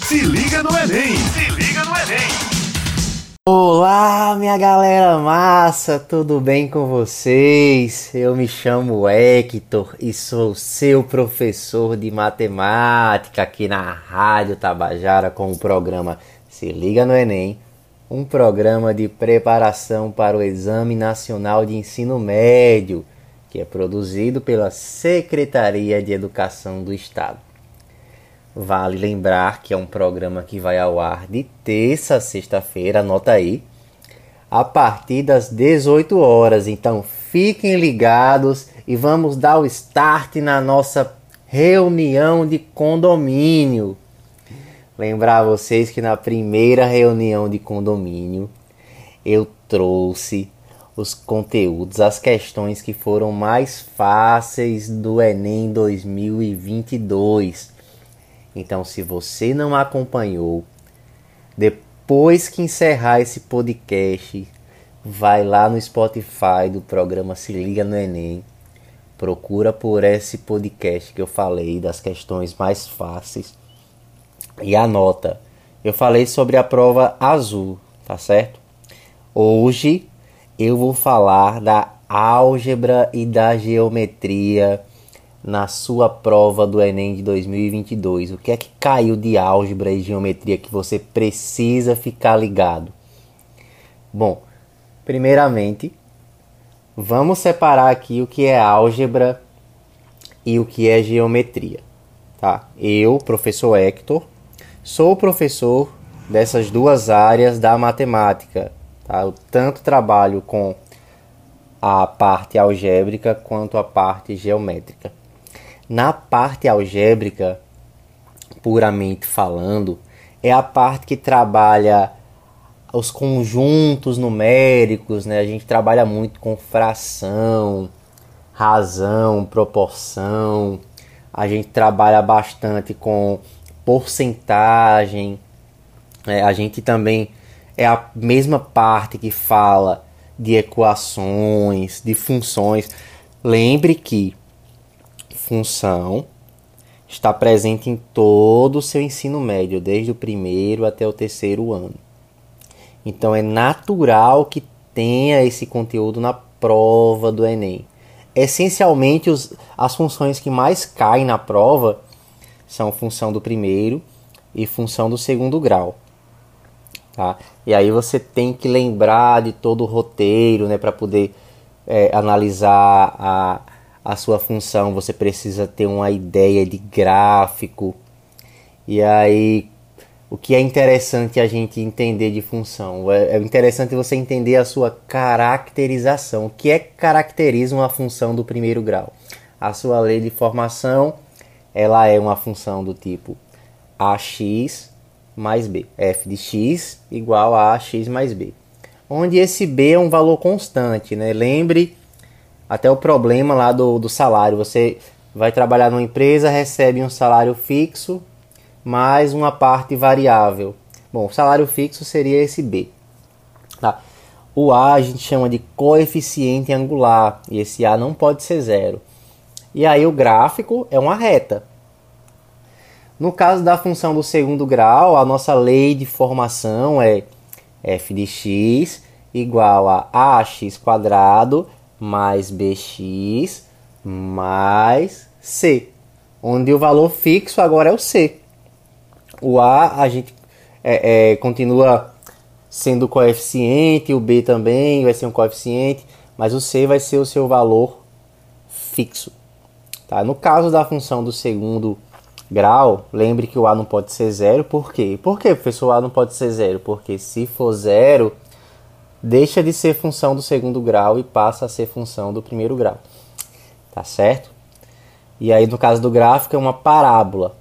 Se liga no Enem! Se liga no Enem! Olá, minha galera massa, tudo bem com vocês? Eu me chamo Hector e sou seu professor de matemática aqui na Rádio Tabajara com o programa Se Liga no Enem, um programa de preparação para o Exame Nacional de Ensino Médio, que é produzido pela Secretaria de Educação do Estado. Vale lembrar que é um programa que vai ao ar de terça a sexta-feira, anota aí, a partir das 18 horas. Então fiquem ligados e vamos dar o start na nossa reunião de condomínio. Lembrar vocês que na primeira reunião de condomínio eu trouxe os conteúdos, as questões que foram mais fáceis do Enem 2022. Então, se você não acompanhou, depois que encerrar esse podcast, vai lá no Spotify do programa Se Liga no Enem, procura por esse podcast que eu falei das questões mais fáceis e anota. Eu falei sobre a prova azul, tá certo? Hoje eu vou falar da álgebra e da geometria na sua prova do Enem de 2022. O que é que caiu de álgebra e geometria que você precisa ficar ligado? Bom, primeiramente, vamos separar aqui o que é álgebra e o que é geometria, tá? Eu, professor Hector, sou professor dessas duas áreas da matemática, tá? Eu tanto trabalho com a parte algébrica quanto a parte geométrica. Na parte algébrica, puramente falando, é a parte que trabalha os conjuntos numéricos, né? A gente trabalha muito com fração, razão, proporção. A gente trabalha bastante com porcentagem. A gente também é a mesma parte que fala de equações, de funções. Lembre que função está presente em todo o seu ensino médio, desde o primeiro até o terceiro ano. Então é natural que tenha esse conteúdo na prova do Enem. Essencialmente, as funções que mais caem na prova são função do primeiro e função do segundo grau. Tá? E aí você tem que lembrar de todo o roteiro, né, para poder analisar a sua função. Você precisa ter uma ideia de gráfico. E aí, o que é interessante a gente entender de função? É interessante você entender a sua caracterização. O que é que caracteriza uma função do primeiro grau? A sua lei de formação, ela é uma função do tipo ax mais b. F de x igual a ax mais b. Onde esse b é um valor constante, né? Lembre até o problema lá do salário. Você vai trabalhar numa empresa, recebe um salário fixo mais uma parte variável. Bom, o salário fixo seria esse B. Tá? O A a gente chama de coeficiente angular. E esse A não pode ser zero. E aí o gráfico é uma reta. No caso da função do segundo grau, a nossa lei de formação é f de x igual a ax quadrado mais bx mais c, onde o valor fixo agora é o c. O a gente continua sendo coeficiente, o b também vai ser um coeficiente, mas o c vai ser o seu valor fixo. Tá? No caso da função do segundo grau, lembre que o a não pode ser zero. Por quê? Por que, professor, o a não pode ser zero? Porque se for zero, deixa de ser função do segundo grau e passa a ser função do primeiro grau. Tá certo? E aí, no caso do gráfico, é uma parábola.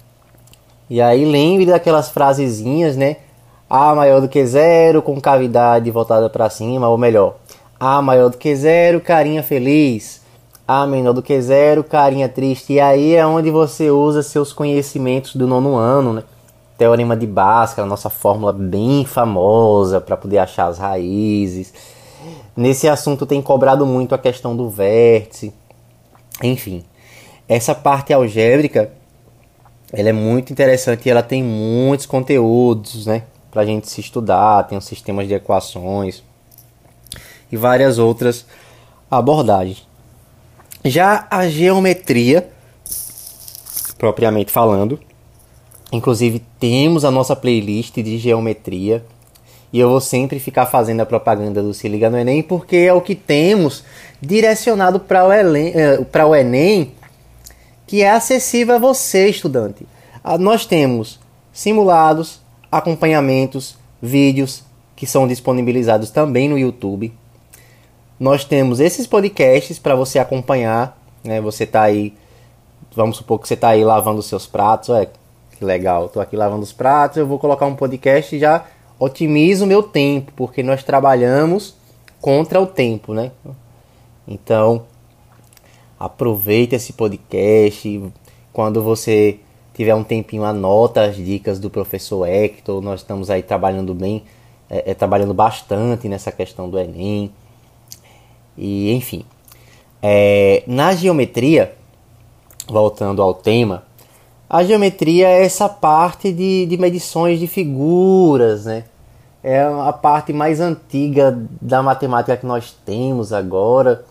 E aí, lembre daquelas frasezinhas, né? A maior do que zero, com cavidade voltada para cima, ou melhor, A maior do que zero, carinha feliz. A menor do que zero, carinha triste. E aí é onde você usa seus conhecimentos do nono ano, né? Teorema de Bhaskara, nossa fórmula bem famosa para poder achar as raízes. Nesse assunto tem cobrado muito a questão do vértice. Enfim, essa parte algébrica Ela é muito interessante e ela tem muitos conteúdos, né, pra gente se estudar, tem os sistemas de equações e várias outras abordagens. Já a geometria, propriamente falando, inclusive temos a nossa playlist de geometria e eu vou sempre ficar fazendo a propaganda do Se Liga no Enem porque é o que temos direcionado para o Enem, que é acessível a você, estudante. Nós temos simulados, acompanhamentos, vídeos que são disponibilizados também no YouTube. Nós temos esses podcasts para você acompanhar, né? Você está aí, vamos supor que você está aí lavando os seus pratos, olha que legal, estou aqui lavando os pratos, eu vou colocar um podcast e já otimizo o meu tempo, porque nós trabalhamos contra o tempo, né? Então, aproveita esse podcast, quando você tiver um tempinho, anota as dicas do professor Hector, nós estamos aí trabalhando bem, trabalhando bastante nessa questão do Enem. E enfim, na geometria, voltando ao tema, a geometria é essa parte de medições de figuras, né? É a parte mais antiga da matemática que nós temos agora.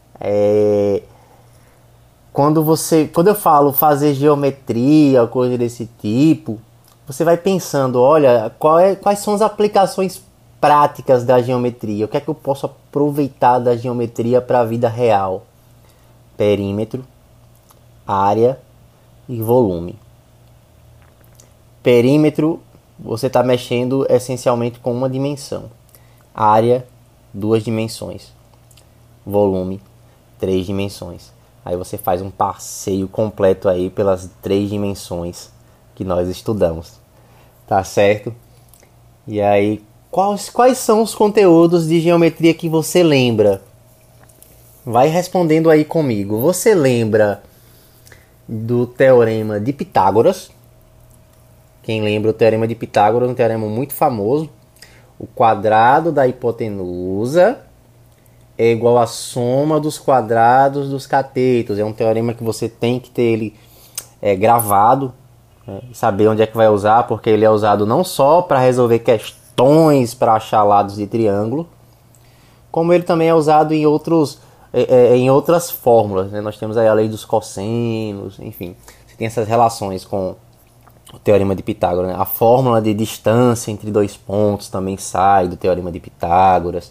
Quando eu falo fazer geometria, coisa desse tipo, você vai pensando, olha, quais são as aplicações práticas da geometria? O que é que eu posso aproveitar da geometria para a vida real? Perímetro, área e volume. Perímetro, você está mexendo essencialmente com uma dimensão. Área, 2 dimensões. Volume, 3 dimensões. Aí você faz um passeio completo aí pelas 3 dimensões que nós estudamos. Tá certo? E aí, quais são os conteúdos de geometria que você lembra? Vai respondendo aí comigo. Você lembra do Teorema de Pitágoras? Quem lembra o Teorema de Pitágoras é um teorema muito famoso. O quadrado da hipotenusa é igual à soma dos quadrados dos catetos. É um teorema que você tem que ter ele gravado, saber onde é que vai usar, porque ele é usado não só para resolver questões para achar lados de triângulo, como ele também é usado em outras fórmulas, né? Nós temos aí a lei dos cossenos, enfim, você tem essas relações com o Teorema de Pitágoras, né? A fórmula de distância entre 2 pontos também sai do Teorema de Pitágoras.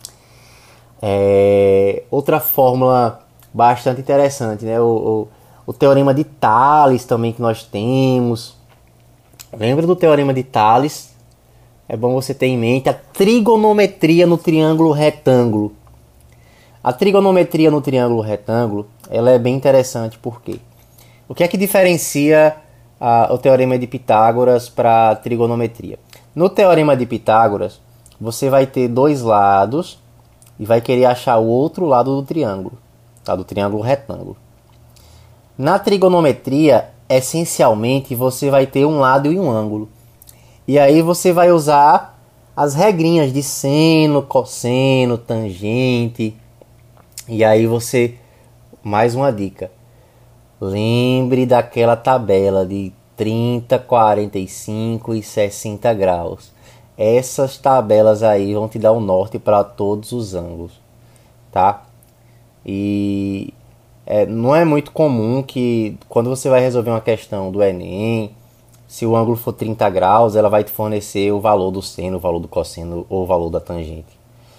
Outra fórmula bastante interessante, né? O Teorema de Tales também que nós temos. Lembra do Teorema de Tales? É bom você ter em mente a trigonometria no triângulo retângulo. A trigonometria no triângulo retângulo, ela é bem interessante porque o que é que diferencia o Teorema de Pitágoras para a trigonometria? No Teorema de Pitágoras, você vai ter 2 lados e vai querer achar o outro lado do triângulo, tá? Do triângulo retângulo. Na trigonometria, essencialmente, você vai ter um lado e um ângulo. E aí você vai usar as regrinhas de seno, cosseno, tangente. E aí você, mais uma dica, lembre daquela tabela de 30, 45 e 60 graus. Essas tabelas aí vão te dar o norte para todos os ângulos, tá? E não é muito comum que quando você vai resolver uma questão do Enem, se o ângulo for 30 graus, ela vai te fornecer o valor do seno, o valor do cosseno ou o valor da tangente.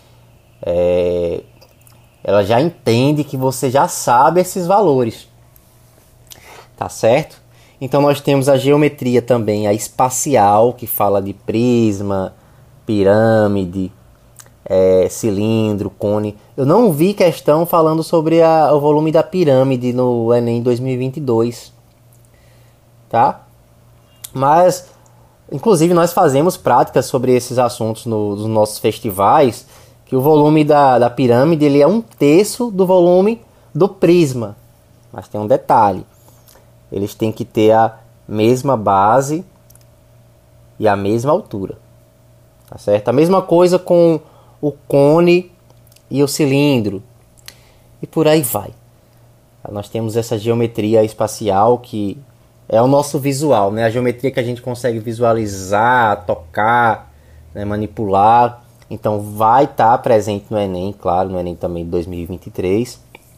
Ela já entende que você já sabe esses valores, tá certo? Então nós temos a geometria também, a espacial, que fala de prisma, pirâmide, cilindro, cone. Eu não vi questão falando sobre o volume da pirâmide no Enem 2022, tá? Mas, inclusive, nós fazemos práticas sobre esses assuntos nos nossos festivais, que o volume da pirâmide ele é 1/3 do volume do prisma. Mas tem um detalhe. Eles têm que ter a mesma base e a mesma altura. Tá certo? A mesma coisa com o cone e o cilindro. E por aí vai. Nós temos essa geometria espacial que é o nosso visual, né? A geometria que a gente consegue visualizar, tocar, né? Manipular. Então vai estar presente no Enem, claro, no Enem também de 2023.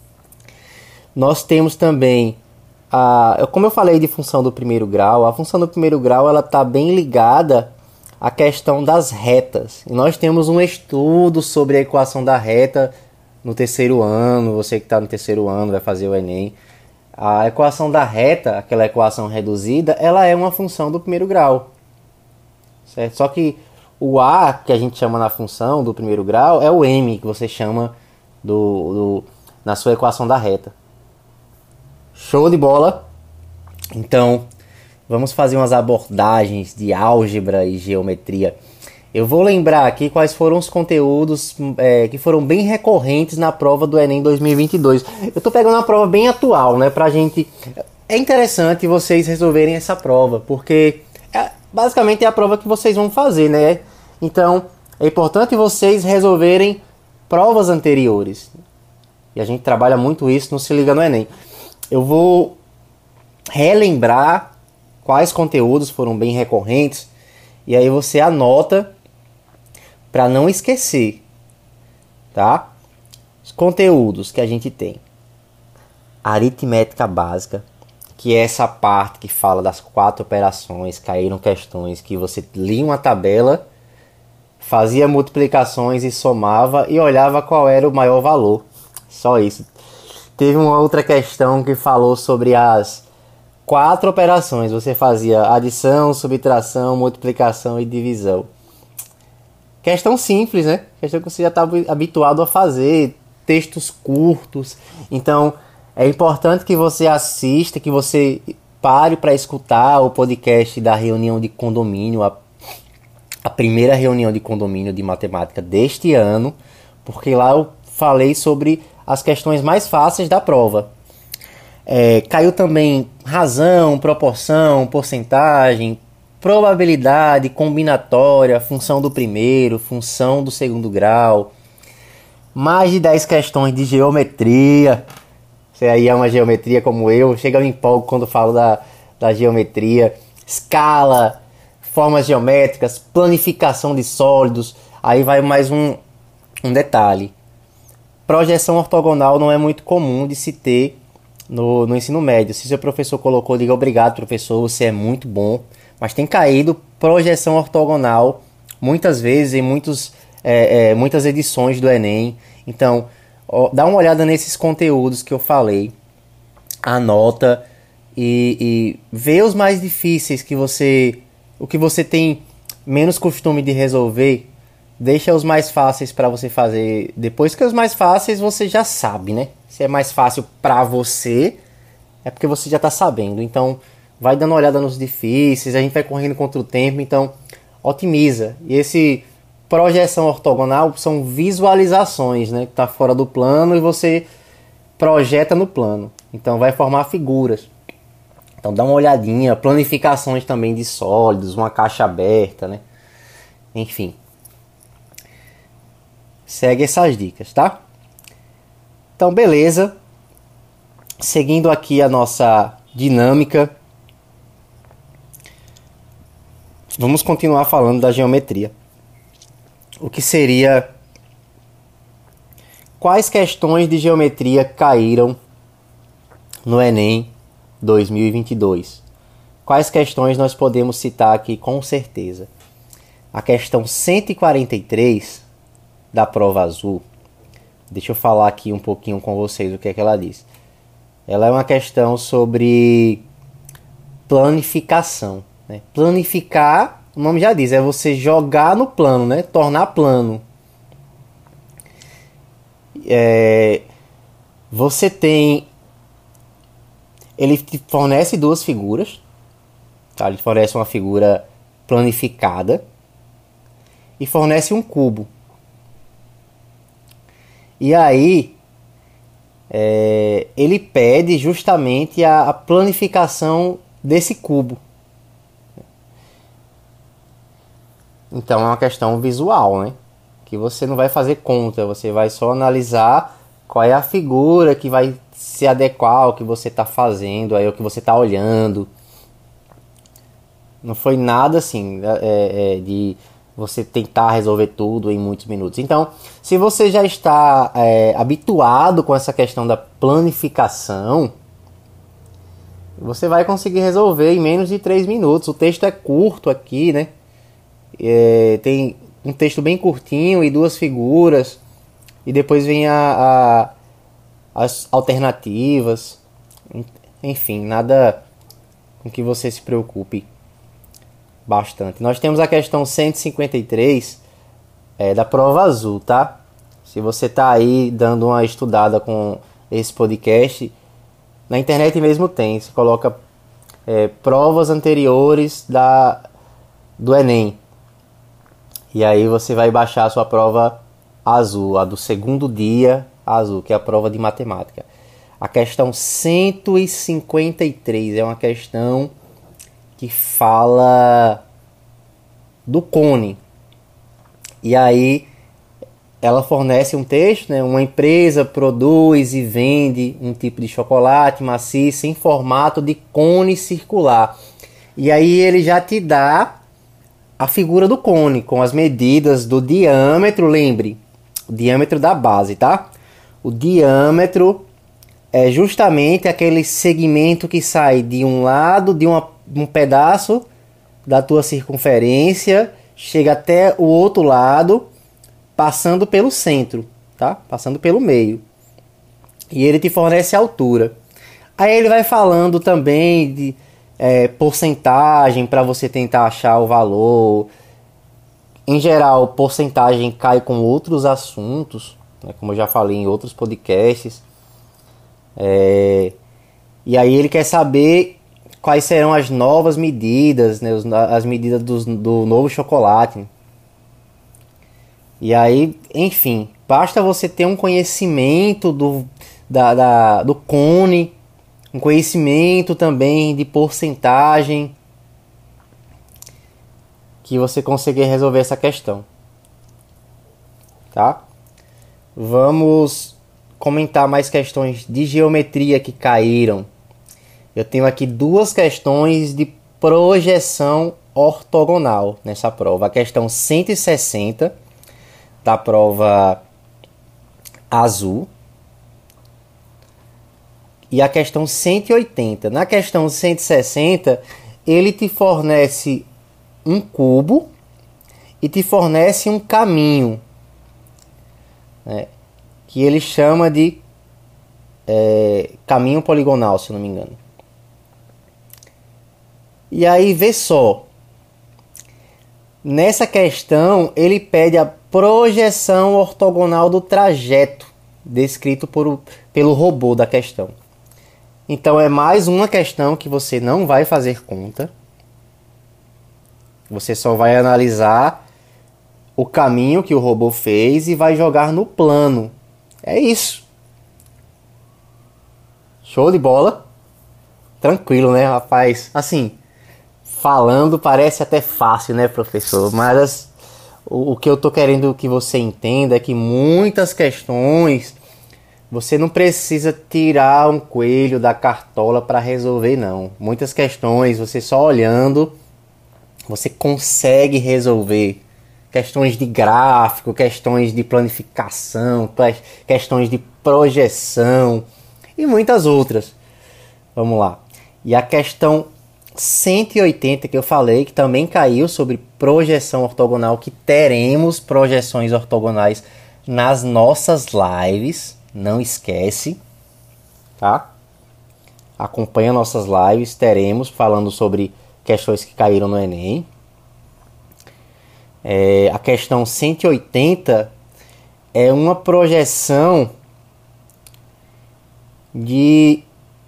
Nós temos também, como eu falei de função do primeiro grau, a função do primeiro grau ela está bem ligada à questão das retas. E nós temos um estudo sobre a equação da reta no terceiro ano. Você que está no terceiro ano vai fazer o Enem. A equação da reta, aquela equação reduzida, ela é uma função do primeiro grau, certo? Só que o A, que a gente chama na função do primeiro grau, é o M, que você chama na sua equação da reta. Show de bola? Então, vamos fazer umas abordagens de álgebra e geometria. Eu vou lembrar aqui quais foram os conteúdos que foram bem recorrentes na prova do Enem 2022. Eu tô pegando uma prova bem atual, né, pra gente... É interessante vocês resolverem essa prova, porque basicamente é a prova que vocês vão fazer, né? Então, é importante vocês resolverem provas anteriores. E a gente trabalha muito isso no Se Liga no Enem. Eu vou relembrar quais conteúdos foram bem recorrentes, e aí você anota para não esquecer, tá? Os conteúdos que a gente tem: aritmética básica, que é essa parte que fala das 4 operações. Caíram questões que você lia uma tabela, fazia multiplicações e somava e olhava qual era o maior valor. Só isso. Teve uma outra questão que falou sobre as 4 operações. Você fazia adição, subtração, multiplicação e divisão. Questão simples, né? Questão que você já está habituado a fazer. Textos curtos. Então, é importante que você assista, que você pare para escutar o podcast da reunião de condomínio, a primeira reunião de condomínio de matemática deste ano, porque lá eu falei sobre as questões mais fáceis da prova. Caiu também razão, proporção, porcentagem, probabilidade, combinatória, função do primeiro, função do segundo grau, mais de 10 questões de geometria. Você aí é uma geometria como eu, chega eu empolgo quando falo da geometria, escala, formas geométricas, planificação de sólidos. Aí vai mais um detalhe: projeção ortogonal não é muito comum de se ter no ensino médio. Se seu professor colocou, diga obrigado, professor, você é muito bom. Mas tem caído projeção ortogonal muitas vezes em muitas edições do Enem. Então, dá uma olhada nesses conteúdos que eu falei, anota e vê os mais difíceis o que você tem menos costume de resolver, deixa os mais fáceis para você fazer depois, que os mais fáceis você já sabe, né? Se é mais fácil para você, é porque você já está sabendo. Então, vai dando uma olhada nos difíceis, a gente vai correndo contra o tempo, então otimiza. E esse projeção ortogonal são visualizações, né? Que está fora do plano e você projeta no plano. Então vai formar figuras. Então dá uma olhadinha, planificações também de sólidos, uma caixa aberta, né? Enfim. Segue essas dicas, tá? Então beleza. Seguindo aqui a nossa dinâmica, vamos continuar falando da geometria. O que seria... Quais questões de geometria caíram no Enem 2022? Quais questões nós podemos citar aqui com certeza? A questão 143 da prova azul. Deixa eu falar aqui um pouquinho com vocês o que é que ela diz. Ela é uma questão sobre planificação, né? Planificar, o nome já diz, é você jogar no plano, né? Tornar plano. Você tem... Ele te fornece 2 figuras, tá? Ele fornece uma figura planificada e fornece um cubo. E aí ele pede justamente a planificação desse cubo. Então é uma questão visual, né? Que você não vai fazer conta, você vai só analisar qual é a figura que vai se adequar ao que você está fazendo, aí, ao que você está olhando. Não foi nada assim de você tentar resolver tudo em muitos minutos. Então, se você já está habituado com essa questão da planificação, você vai conseguir resolver em menos de 3 minutos. O texto é curto aqui, né? Tem um texto bem curtinho e 2 figuras. E depois vem as alternativas. Enfim, nada com que você se preocupe bastante. Nós temos a questão 153 da prova azul, tá? Se você tá aí dando uma estudada com esse podcast, na internet mesmo tem. Você coloca provas anteriores do Enem. E aí você vai baixar a sua prova azul, a do segundo dia azul, que é a prova de matemática. A questão 153 é uma questão que fala do cone. E aí ela fornece um texto, né? Uma empresa produz e vende um tipo de chocolate maciço em formato de cone circular. E aí ele já te dá a figura do cone com as medidas do diâmetro, lembre, o diâmetro da base, tá? O diâmetro é justamente aquele segmento que sai de um lado de um pedaço da tua circunferência, chega até o outro lado, passando pelo centro, tá? Passando pelo meio. E ele te fornece a altura. Aí ele vai falando também de porcentagem para você tentar achar o valor. Em geral, porcentagem cai com outros assuntos, né? Como eu já falei em outros podcasts. E aí ele quer saber quais serão as novas medidas, né? As medidas do novo chocolate. E aí, enfim, basta você ter um conhecimento do cone, um conhecimento também de porcentagem, que você conseguir resolver essa questão. Tá? Vamos comentar mais questões de geometria que caíram. Eu tenho aqui 2 questões de projeção ortogonal nessa prova. A questão 160 da prova azul e a questão 180. Na questão 160, ele te fornece um cubo e te fornece um caminho, né, que ele chama de caminho poligonal, se eu não me engano. E aí, vê só. Nessa questão, ele pede a projeção ortogonal do trajeto descrito pelo robô da questão. Então, é mais uma questão que você não vai fazer conta. Você só vai analisar o caminho que o robô fez e vai jogar no plano. É isso. Show de bola. Tranquilo, né, rapaz? Assim, falando parece até fácil, né, professor? Mas o que eu tô querendo que você entenda é que muitas questões você não precisa tirar um coelho da cartola para resolver, não. Muitas questões, você só olhando, você consegue resolver. Questões de gráfico, questões de planificação, questões de projeção e muitas outras. Vamos lá. E a questão 180 que eu falei, que também caiu sobre projeção ortogonal, que teremos projeções ortogonais nas nossas lives. Não esquece, tá? Acompanha nossas lives, teremos falando sobre questões que caíram no Enem. A questão 180 é uma projeção de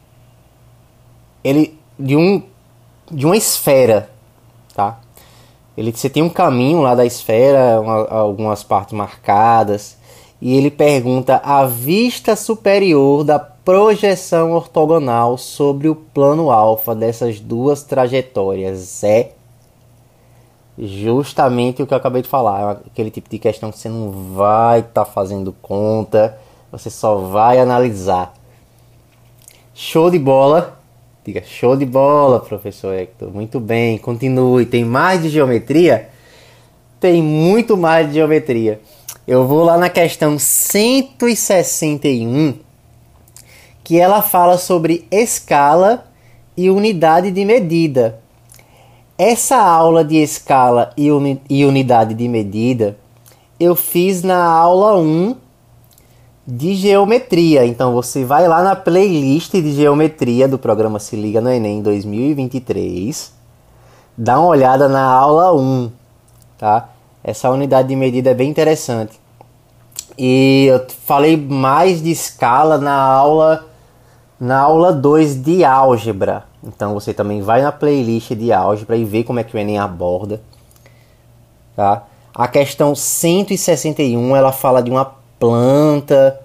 uma esfera, tá? Você tem um caminho lá da esfera, algumas partes marcadas, e ele pergunta a vista superior da projeção ortogonal sobre o plano alfa dessas 2 trajetórias. É justamente o que eu acabei de falar, aquele tipo de questão que você não vai estar fazendo conta, você só vai analisar. Show de bola! Diga, show de bola, professor Hector. Muito bem, continue. Tem mais de geometria? Tem muito mais de geometria. Eu vou lá na questão 161, que ela fala sobre escala e unidade de medida. Essa aula de escala e unidade de medida eu fiz na aula 1 de geometria. Então você vai lá na playlist de geometria do programa Se Liga no Enem 2023, dá uma olhada na aula 1, tá? Essa unidade de medida é bem interessante. E eu falei mais de escala na aula 2 de álgebra. Então você também vai na playlist de álgebra e vê como é que o Enem aborda, tá? A questão 161, ela fala de uma planta,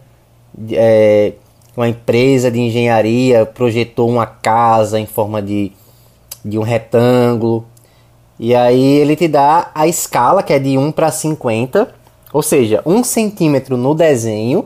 uma empresa de engenharia projetou uma casa em forma de um retângulo. E aí ele te dá a escala, que é de 1 para 50, ou seja, 1 centímetro no desenho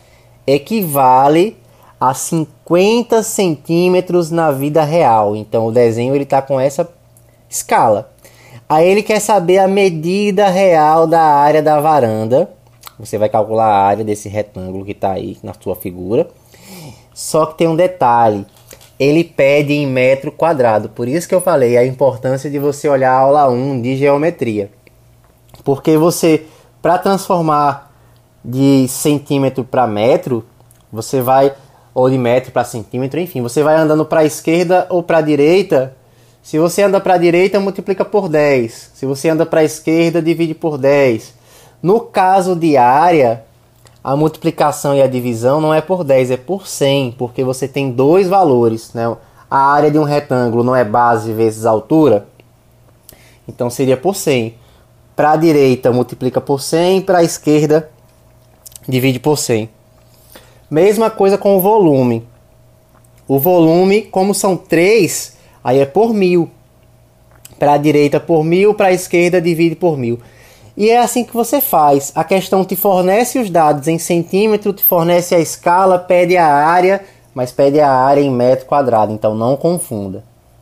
equivale a 50 centímetros na vida real. Então o desenho está com essa escala. Aí ele quer saber a medida real da área da varanda. Você vai calcular a área desse retângulo que está aí na sua figura. Só que tem um detalhe. Ele pede em metro quadrado. Por isso que eu falei a importância de você olhar a aula 1 de geometria. Porque você, para transformar de centímetro para metro, você vai, ou de metro para centímetro, enfim, você vai andando para a esquerda ou para a direita. Se você anda para a direita, multiplica por 10. Se você anda para a esquerda, divide por 10. No caso de área, a multiplicação e a divisão não é por 10, é por 100, porque você tem dois valores, né? A área de um retângulo não é base vezes altura, então seria por 100. Para a direita, multiplica por 100, para a esquerda, divide por 100. Mesma coisa com o volume. O volume, como são 3, aí é por 1000. Para a direita por 1000, para a esquerda divide por 1000. E é assim que você faz. A questão te fornece os dados em centímetro, te fornece a escala, pede a área, mas pede a área em metro quadrado. Então não confunda.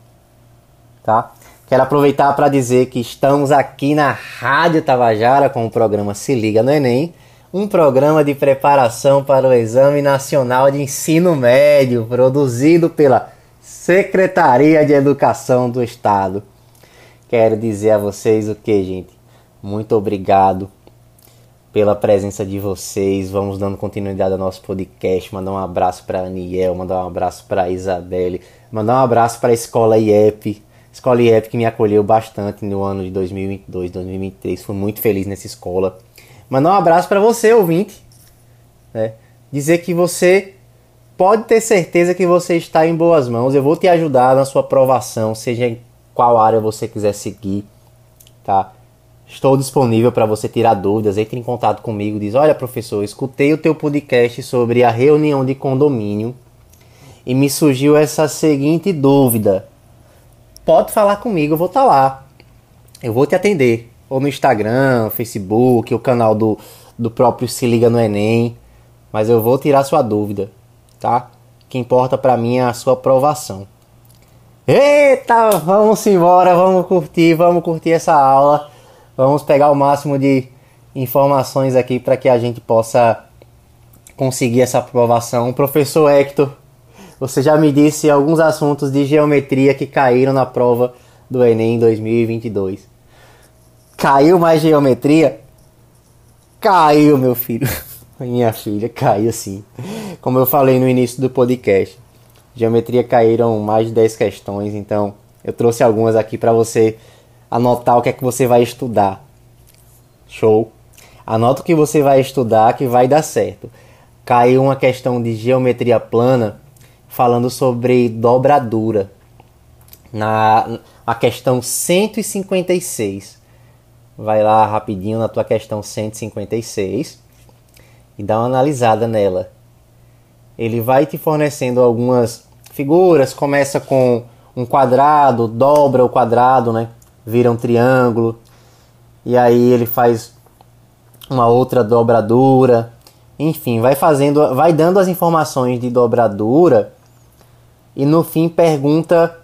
Tá? Quero aproveitar para dizer que estamos aqui na Rádio Tabajara com o programa Se Liga no Enem. Um programa de preparação para o Exame Nacional de Ensino Médio, produzido pela Secretaria de Educação do Estado. Quero dizer a vocês o que, gente? Muito obrigado pela presença de vocês. Vamos dando continuidade ao nosso podcast. Mandar um abraço para a Aniel, mandar um abraço para a Isabelle, mandar um abraço para a Escola IEP. Escola IEP que me acolheu bastante no ano de 2022, 2023. Fui muito feliz nessa escola. Mandar um abraço para você, ouvinte. Né? Dizer que você pode ter certeza que você está em boas mãos. Eu vou te ajudar na sua aprovação, seja em qual área você quiser seguir, tá? Estou disponível para você tirar dúvidas. Entre em contato comigo. Diz, olha professor, escutei o teu podcast sobre a reunião de condomínio e me surgiu essa seguinte dúvida. Pode falar comigo, eu vou estar lá. Eu vou te atender. Ou no Instagram, Facebook, o canal do próprio Se Liga no Enem. Mas eu vou tirar sua dúvida, tá? O que importa para mim é a sua aprovação. Eita, vamos embora, vamos curtir essa aula. Vamos pegar o máximo de informações aqui para que a gente possa conseguir essa aprovação. Professor Hector, você já me disse alguns assuntos de geometria que caíram na prova do Enem 2022. Caiu mais geometria? Caiu, meu filho. Minha filha, caiu sim. Como eu falei no início do podcast, geometria caíram mais de 10 questões, então eu trouxe algumas aqui para você anotar o que é que você vai estudar. Show? Anota o que você vai estudar que vai dar certo. Caiu uma questão de geometria plana falando sobre dobradura. A questão 156. Vai lá rapidinho na tua questão 156 e dá uma analisada nela. Ele vai te fornecendo algumas figuras. Começa com um quadrado, dobra o quadrado, né? Vira um triângulo, e aí ele faz uma outra dobradura, enfim, vai dando as informações de dobradura e no fim pergunta,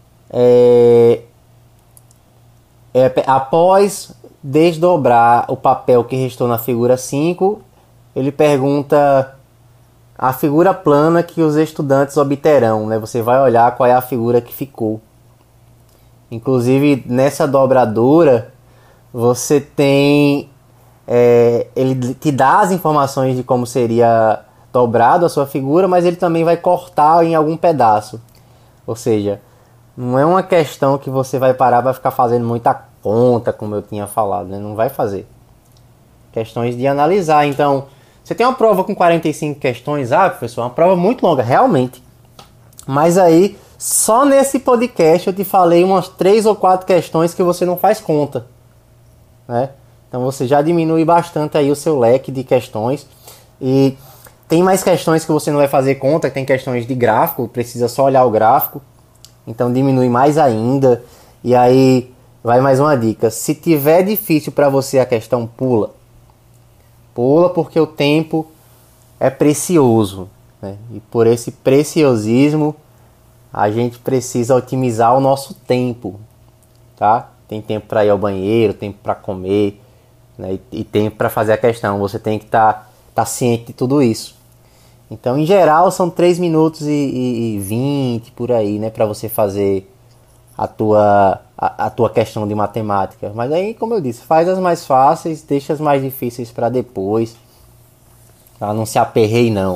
após desdobrar o papel que restou na figura 5, ele pergunta a figura plana que os estudantes obterão, né? Você vai olhar qual é a figura que ficou. Inclusive, nessa dobradura, você tem... ele te dá as informações de como seria dobrado a sua figura, mas ele também vai cortar em algum pedaço. Ou seja, não é uma questão que você vai parar para ficar fazendo muita conta, como eu tinha falado, né? Não vai fazer. Questões de analisar. Então, você tem uma prova com 45 questões, professor, uma prova muito longa, realmente. Mas aí, só nesse podcast eu te falei umas 3 ou 4 questões que você não faz conta, né? Então você já diminui bastante aí o seu leque de questões. E tem mais questões que você não vai fazer conta, tem questões de gráfico, precisa só olhar o gráfico. Então diminui mais ainda. E aí, vai mais uma dica. Se tiver difícil para você a questão, pula. Pula porque o tempo é precioso, né? E por esse preciosismo, a gente precisa otimizar o nosso tempo, tá? Tem tempo para ir ao banheiro, tempo para comer, né? E tempo para fazer a questão. Você tem que estar ciente de tudo isso. Então, em geral, são 3 minutos e 20 por aí, né? Para você fazer a tua questão de matemática. Mas aí, como eu disse, faz as mais fáceis, deixa as mais difíceis para depois. Tá? Não se aperreie, não.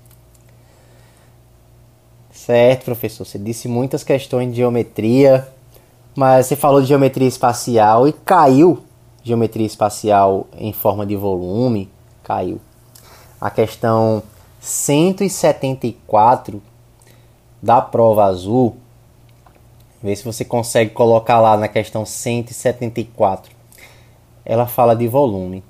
Certo, professor? Você disse muitas questões de geometria, mas você falou de geometria espacial e caiu geometria espacial em forma de volume. Caiu. A questão 174 da prova azul. Vê se você consegue colocar lá na questão 174. Ela fala de volume.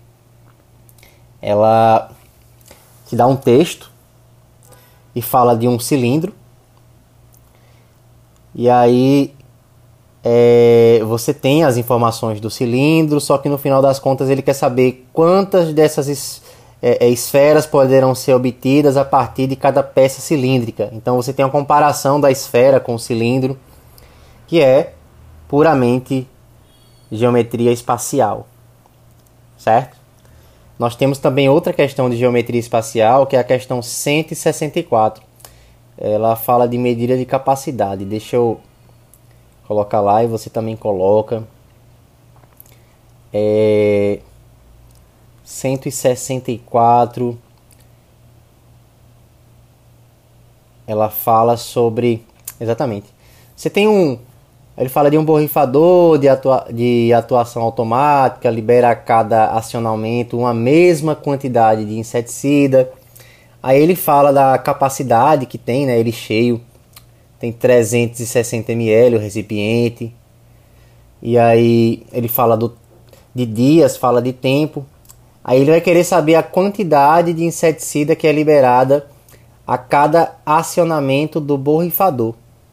Ela te dá um texto e fala de um cilindro. E aí você tem as informações do cilindro, só que no final das contas ele quer saber quantas dessas esferas poderão ser obtidas a partir de cada peça cilíndrica. Então você tem uma comparação da esfera com o cilindro, que é puramente geometria espacial, certo? Nós temos também outra questão de geometria espacial, que é a questão 164. Ela fala de medida de capacidade. Deixa eu colocar lá e você também coloca. 164. Ela fala sobre... Exatamente. Você tem ele fala de um borrifador de atuação automática, libera a cada acionamento uma mesma quantidade de inseticida. Aí ele fala da capacidade que tem, né? Ele cheio, tem 360 ml o recipiente. E aí ele fala de dias, fala de tempo. Aí ele vai querer saber a quantidade de inseticida que é liberada a cada acionamento do borrifador.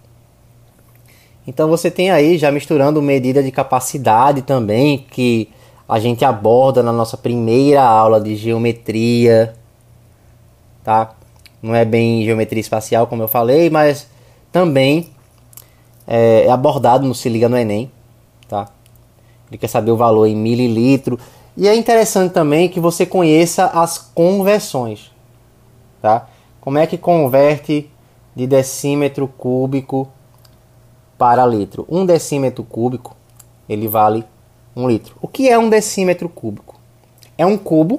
Então você tem aí, já misturando medida de capacidade também, que a gente aborda na nossa primeira aula de geometria, tá? Não é bem geometria espacial, como eu falei, mas também é abordado no Se Liga no Enem, tá? Ele quer saber o valor em mililitro. E é interessante também que você conheça as conversões, tá? Como é que converte de decímetro cúbico para litro? 1 decímetro cúbico, ele vale 1 litro. O que é 1 decímetro cúbico? É um cubo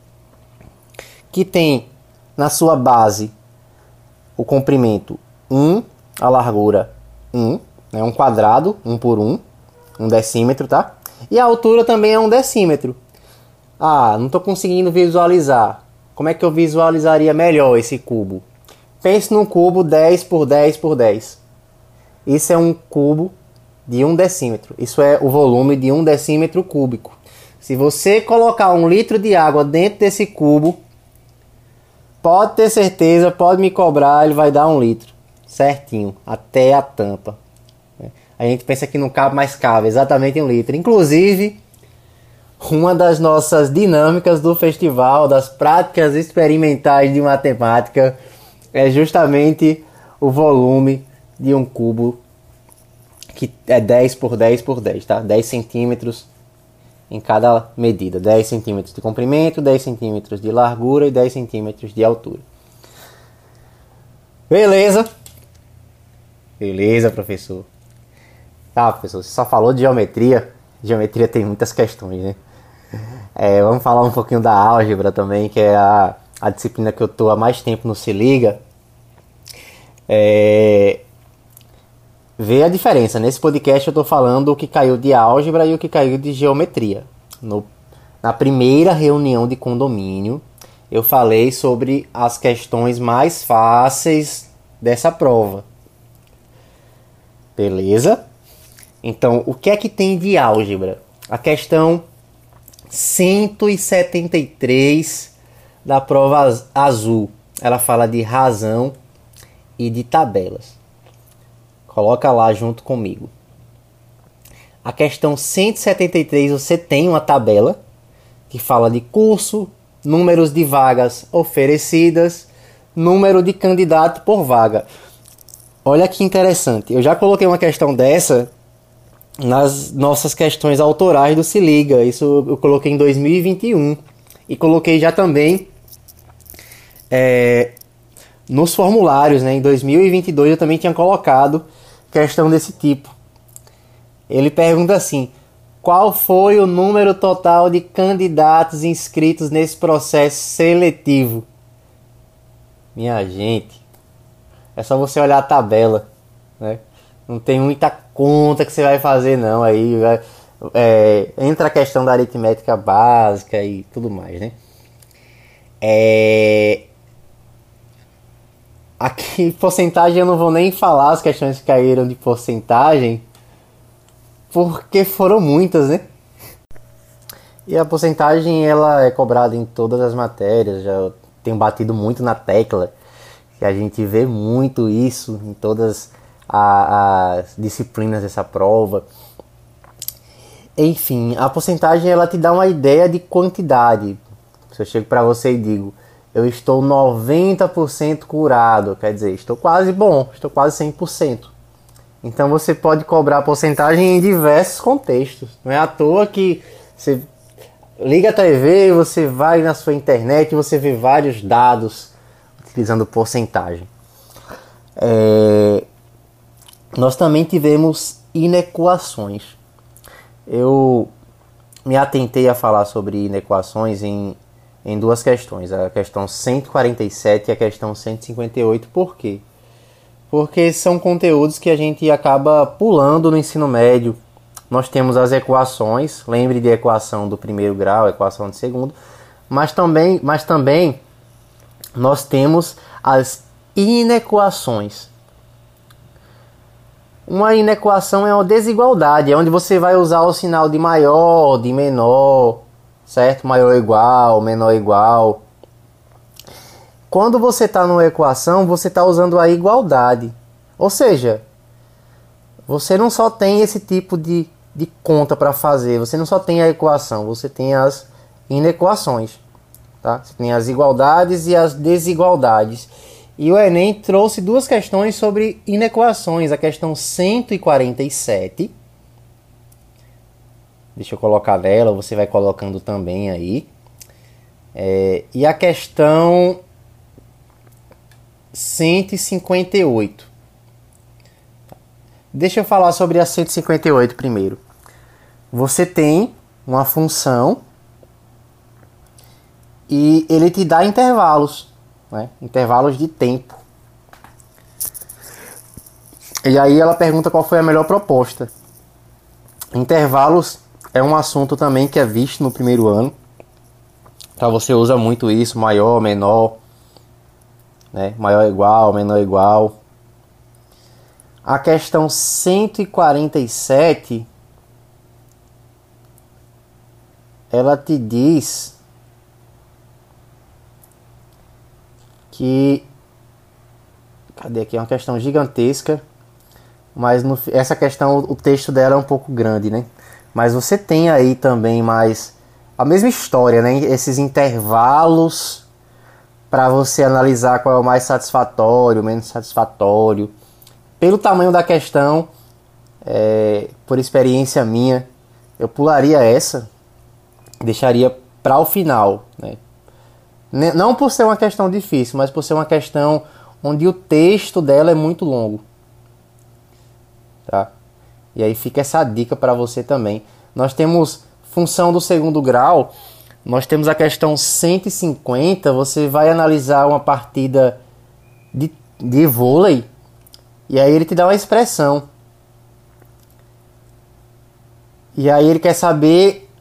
que tem na sua base o comprimento 1, a largura 1, né, um quadrado, 1 por 1, 1 decímetro, tá? E a altura também é 1 decímetro. Não estou conseguindo visualizar. Como é que eu visualizaria melhor esse cubo? Pense num cubo 10 por 10 por 10. Isso é um cubo de 1 decímetro. Isso é o volume de 1 decímetro cúbico. Se você colocar 1 litro de água dentro desse cubo, pode ter certeza, pode me cobrar, ele vai dar 1 litro. Certinho, até a tampa. A gente pensa que não cabe, mas cabe exatamente 1 litro. Inclusive, uma das nossas dinâmicas do festival, das práticas experimentais de matemática, é justamente o volume de um cubo que é 10 por 10 por 10, tá? 10 centímetros em cada medida. 10 centímetros de comprimento, 10 centímetros de largura e 10 centímetros de altura. Beleza? Beleza, professor. Tá, professor, você só falou de geometria. Geometria tem muitas questões, né? Vamos falar um pouquinho da álgebra também, que é a disciplina que eu estou há mais tempo no Se Liga. Vê a diferença. Nesse podcast eu estou falando o que caiu de álgebra e o que caiu de geometria. Na primeira reunião de condomínio, eu falei sobre as questões mais fáceis dessa prova. Beleza? Então, o que é que tem de álgebra? A questão 173 da prova azul. Ela fala de razão e de tabelas. Coloca lá junto comigo. A questão 173 você tem uma tabela que fala de curso, números de vagas oferecidas, número de candidato por vaga. Olha que interessante. Eu já coloquei uma questão dessa nas nossas questões autorais do Se Liga. Isso eu coloquei em 2021. E coloquei já também nos formulários, né? Em 2022 eu também tinha colocado questão desse tipo. Ele pergunta assim: qual foi o número total de candidatos inscritos nesse processo seletivo? Minha gente, é só você olhar a tabela, né? Não tem muita conta que você vai fazer não. Aí entra a questão da aritmética básica e tudo mais, né? Aqui, porcentagem, eu não vou nem falar as questões que caíram de porcentagem, porque foram muitas, né? E a porcentagem, ela é cobrada em todas as matérias. Já tenho batido muito na tecla, que a gente vê muito isso em todas as disciplinas dessa prova. Enfim, a porcentagem, ela te dá uma ideia de quantidade. Se eu chego para você e digo: eu estou 90% curado, quer dizer, estou quase bom, estou quase 100%. Então você pode cobrar a porcentagem em diversos contextos. Não é à toa que você liga a TV, você vai na sua internet e você vê vários dados utilizando porcentagem. Nós também tivemos inequações. Eu me atentei a falar sobre inequações em duas questões, a questão 147 e a questão 158. Por quê? Porque são conteúdos que a gente acaba pulando no ensino médio. Nós temos as equações, lembre de equação do primeiro grau, equação de segundo, mas também nós temos as inequações. Uma inequação é uma desigualdade, é onde você vai usar o sinal de maior, de menor, certo? Maior igual, menor igual. Quando você está numa equação, você está usando a igualdade. Ou seja, você não só tem esse tipo de conta para fazer, você não só tem a equação, você tem as inequações. Tá? Você tem as igualdades e as desigualdades. E o Enem trouxe duas questões sobre inequações. A questão 147. Deixa eu colocar nela, você vai colocando também aí. E a questão 158. Deixa eu falar sobre a 158 primeiro. Você tem uma função e ele te dá intervalos, né? Intervalos de tempo. E aí ela pergunta qual foi a melhor proposta. Intervalos é um assunto também que é visto no primeiro ano. Então você usa muito isso, maior, menor, né? Maior igual, menor igual. A questão 147, ela te diz que... Cadê aqui? É uma questão gigantesca, mas essa questão, o texto dela é um pouco grande, né? Mas você tem aí também mais a mesma história, né? Esses intervalos para você analisar qual é o mais satisfatório, menos satisfatório. Pelo tamanho da questão, por experiência minha, eu pularia essa, deixaria para o final, né? Não por ser uma questão difícil, mas por ser uma questão onde o texto dela é muito longo, tá? E aí fica essa dica para você também. Nós temos função do segundo grau, nós temos a questão 150, você vai analisar uma partida de vôlei, e aí ele te dá uma expressão. E aí ele quer saber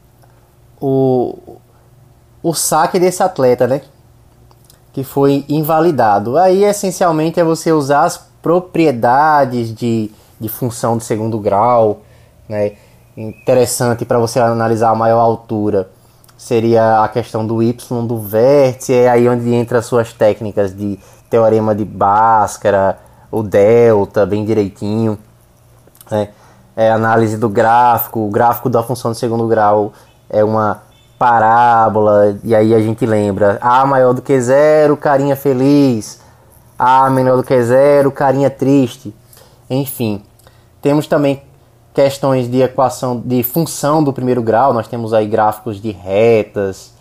o saque desse atleta, né? Que foi invalidado. Aí essencialmente é você usar as propriedades de função de segundo grau, né? Interessante para você analisar a maior altura seria a questão do y do vértice, é aí onde entra as suas técnicas de teorema de Bhaskara, o delta bem direitinho, né? Análise do gráfico, o gráfico da função de segundo grau é uma parábola, e aí a gente lembra A maior do que zero, carinha feliz, A menor do que zero, carinha triste. Enfim, temos também questões de equação de função do primeiro grau, nós temos aí gráficos de retas,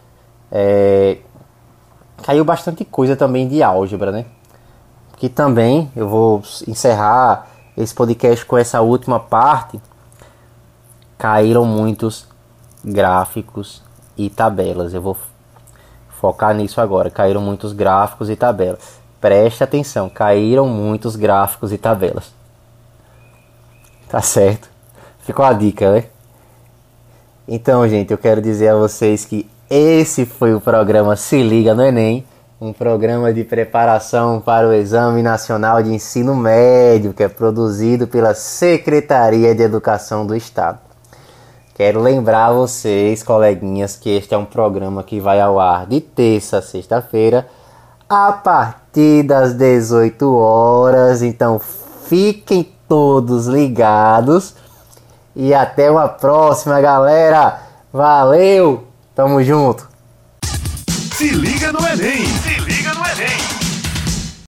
caiu bastante coisa também de álgebra, né? Que também eu vou encerrar esse podcast com essa última parte. Caíram muitos gráficos e tabelas. Eu vou focar nisso agora. Caíram muitos gráficos e tabelas. Preste atenção, caíram muitos gráficos e tabelas. Tá certo? Ficou a dica, né? Então, gente, eu quero dizer a vocês que esse foi o programa Se Liga no Enem, um programa de preparação para o Exame Nacional de Ensino Médio, que é produzido pela Secretaria de Educação do Estado. Quero lembrar a vocês, coleguinhas, que este é um programa que vai ao ar de terça a sexta-feira, a partir das 18 horas. Então, fiquem todos ligados e até uma próxima, galera. Valeu, tamo junto. Se liga no Enem.